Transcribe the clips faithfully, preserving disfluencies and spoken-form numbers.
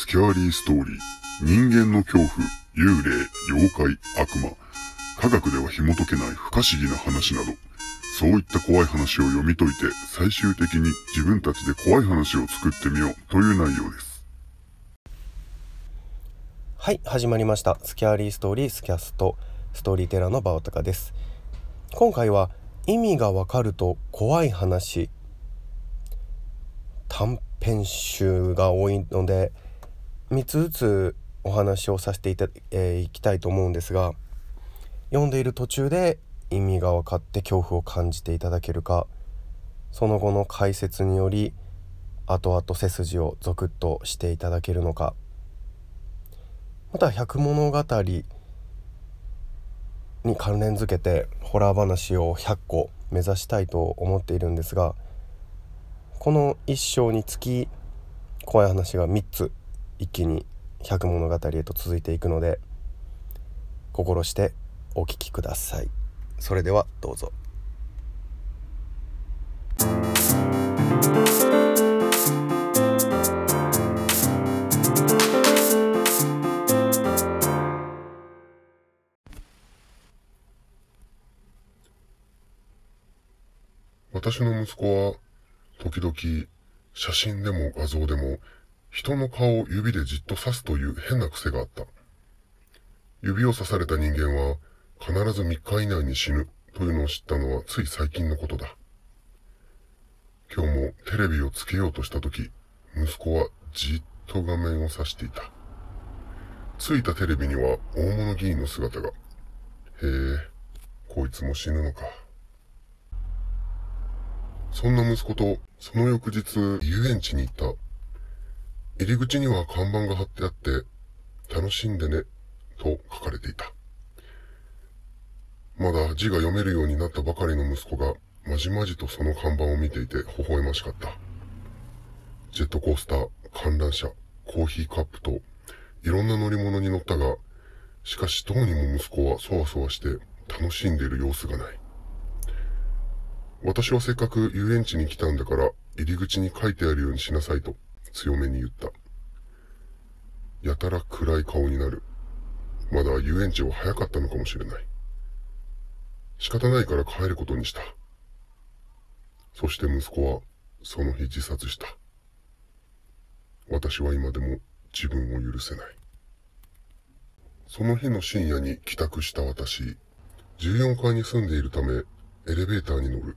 スキャーリーストーリー、人間の恐怖、幽霊、妖怪、悪魔、科学では紐解けない不可思議な話など、そういった怖い話を読み解いて、最終的に自分たちで怖い話を作ってみようという内容です。 はい、始まりました。スキャーリーストーリースキャスト、ストーリーテラーのバオタカです。今回は意味がわかると怖い話、短編集が多いのでみっつずつお話をさせていただ、えー、いきたいと思うんですが、読んでいる途中で意味が分かって恐怖を感じていただけるか、その後の解説により後々背筋をゾクッとしていただけるのか、また百物語に関連づけてホラー話をひゃっこ目指したいと思っているんですが、この一章につき怖い話がみっつ一気に百物語へと続いていくので、心してお聞きください。それではどうぞ。 私の息子は時々写真でも画像でも人の顔を指でじっと刺すという変な癖があった。指を刺された人間は必ずみっか以内に死ぬというのを知ったのはつい最近のことだ。今日もテレビをつけようとしたとき、息子はじっと画面を指していた。ついたテレビには大物議員の姿が。へえ、こいつも死ぬのか。そんな息子とその翌日遊園地に行った。入り口には看板が貼ってあって、楽しんでねと書かれていた。まだ字が読めるようになったばかりの息子がまじまじとその看板を見ていて微笑ましかった。ジェットコースター、観覧車、コーヒーカップといろんな乗り物に乗ったが、しかしどうにも息子はそわそわして楽しんでいる様子がない。私はせっかく遊園地に来たんだから入り口に書いてあるようにしなさいと強めに言った。やたら暗い顔になる。まだ遊園地は早かったのかもしれない。仕方ないから帰ることにした。そして息子はその日自殺した。私は今でも自分を許せない。その日の深夜に帰宅した私、じゅうよんかいに住んでいるためエレベーターに乗る。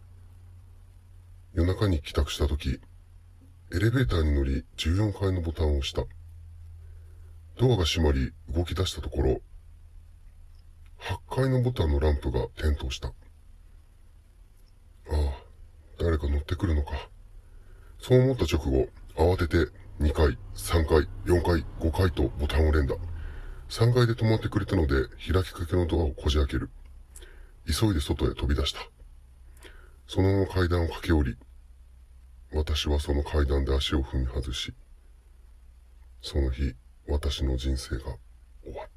夜中に帰宅したとき、エレベーターに乗りじゅうよんかいのボタンを押した。ドアが閉まり動き出したところ、はっかいのボタンのランプが点灯した。ああ、誰か乗ってくるのか。そう思った直後、慌ててにかい、さんかい、よんかい、ごかいとボタンを連打。さんがいで止まってくれたので開きかけのドアをこじ開ける。急いで外へ飛び出した。そのまま階段を駆け下り、私はその階段で足を踏み外し、その日、私の人生が終わった。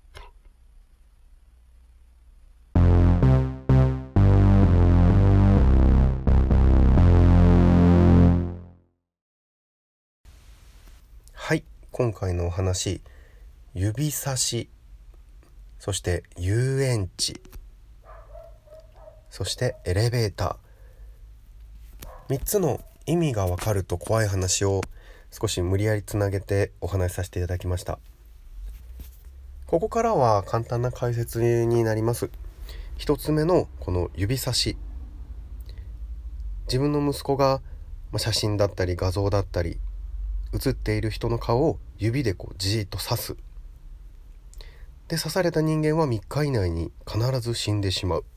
はい、今回のお話、指差し、そして遊園地、そしてエレベーター、みっつの意味がわかると怖い話を少し無理やりつなげてお話しさせていただきました。ここからは簡単な解説になります。一つ目のこの指差し、自分の息子が写真だったり画像だったり写っている人の顔を指でこうじーっと刺す。で、刺された人間はみっか以内に必ず死んでしまう。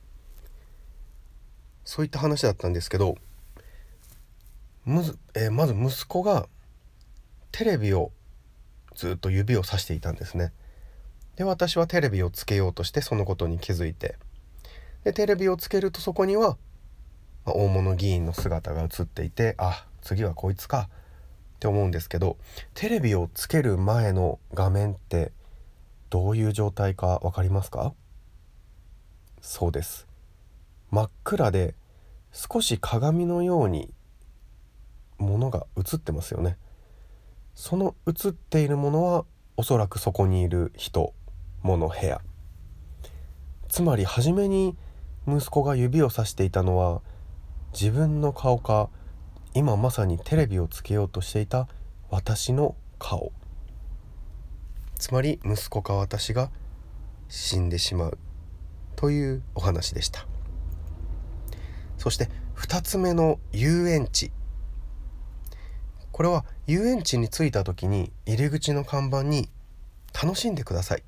そういった話だったんですけど、むず、えー、まず息子がテレビをずっと指をさしていたんですね。で、私はテレビをつけようとしてそのことに気づいて、でテレビをつけるとそこには、まあ、大物議員の姿が映っていて、あ、次はこいつかって思うんですけど、テレビをつける前の画面ってどういう状態か分かりますか？そうです、真っ暗で少し鏡のようにものが映ってますよね。 その映っているものはおそらくそこにいる人、物、部屋。つまり初めに息子が指をさしていたのは自分の顔か、今まさにテレビをつけようとしていた私の顔。つまり息子か私が死んでしまうというお話でした。そしてふたつめの遊園地。これは遊園地に着いた時に入り口の看板に楽しんでください。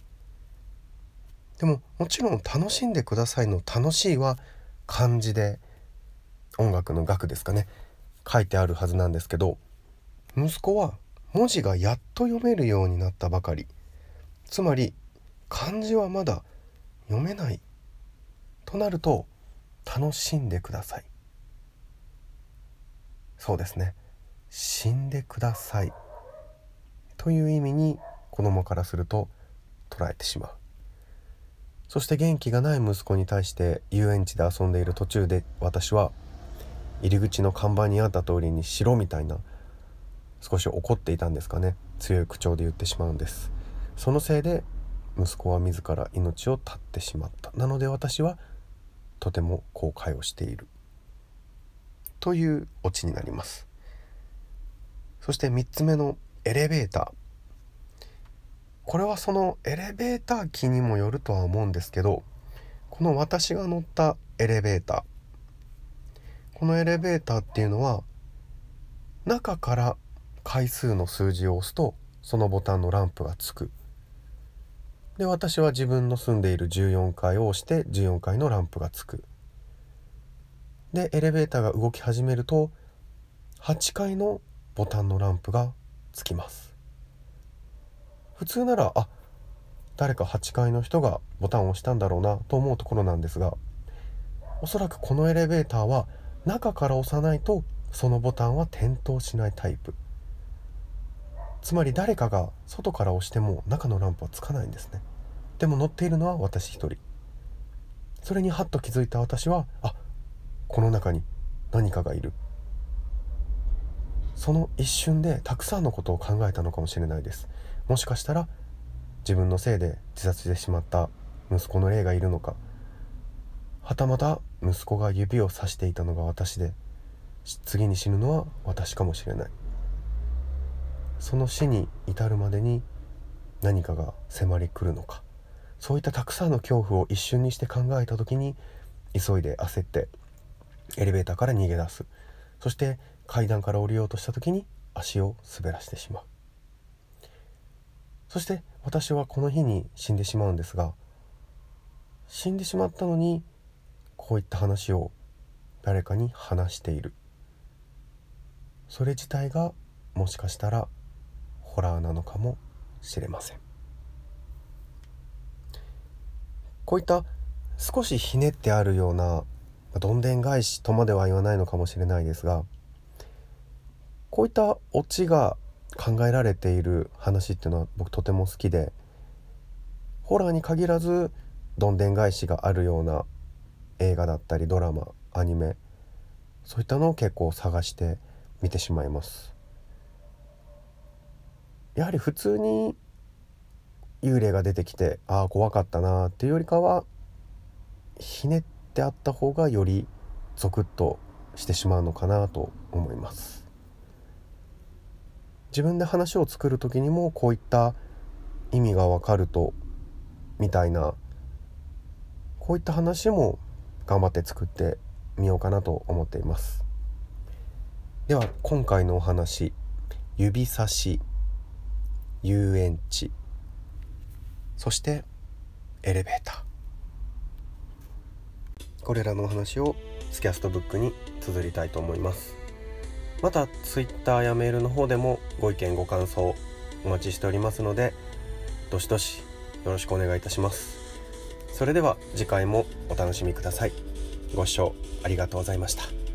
でももちろん楽しんでくださいの楽しいは漢字で音楽の楽ですかね、書いてあるはずなんですけど、息子は文字がやっと読めるようになったばかり。つまり漢字はまだ読めないとなると、楽しんでください。そうですね、死んでくださいという意味に子供からすると捉えてしまう。そして元気がない息子に対して遊園地で遊んでいる途中で、私は入り口の看板にあった通りにしろみたいな、少し怒っていたんですかね、強い口調で言ってしまうんです。そのせいで息子は自ら命を絶ってしまった。なので私はとても後悔をしているというオチになります。そしてみっつめのエレベーター。これはそのエレベーター機にもよるとは思うんですけど、この私が乗ったエレベーター、このエレベーターっていうのは中から回数の数字を押すとそのボタンのランプがつく。で、私は自分の住んでいるじゅうよんかいを押してじゅうよんかいのランプがつく。で、エレベーターが動き始めるとはちかいのボタンのランプがつきます。普通なら、あ、誰かはちかいの人がボタンを押したんだろうなと思うところなんですが、おそらくこのエレベーターは中から押さないとそのボタンは点灯しないタイプ。つまり誰かが外から押しても中のランプはつかないんですね。でも乗っているのは私一人。それにハッと気づいた私は、あ、この中に何かがいる。その一瞬でたくさんのことを考えたのかもしれないです。もしかしたら自分のせいで自殺してしまった息子の霊がいるのか、はたまた息子が指をさしていたのが私で、次に死ぬのは私かもしれない。その死に至るまでに何かが迫り来るのか、そういったたくさんの恐怖を一瞬にして考えた時に、急いで焦ってエレベーターから逃げ出す。そして階段から降りようとした時に足を滑らしてしまう。そして私はこの日に死んでしまうんですが、死んでしまったのにこういった話を誰かに話している。それ自体がもしかしたらホラーなのかもしれません。こういった少しひねってあるようなどんでん返しとまでは言わないのかもしれないですが、こういったオチが考えられている話っていうのは僕とても好きで、ホラーに限らずどんでん返しがあるような映画だったりドラマ、アニメ、そういったのを結構探して見てしまいます。やはり普通に幽霊が出てきて、ああ怖かったなっていうよりかは、ひねってあった方がよりゾクッとしてしまうのかなと思います。自分で話を作る時にもこういった意味がわかるとみたいな、こういった話も頑張って作ってみようかなと思っています。では今回のお話、指差し、遊園地、そしてエレベーター、これらのお話をスキャストブックに綴りたいと思います。またツイッターやメールの方でもご意見ご感想お待ちしておりますので、どしどしよろしくお願いいたします。それでは次回もお楽しみください。ご視聴ありがとうございました。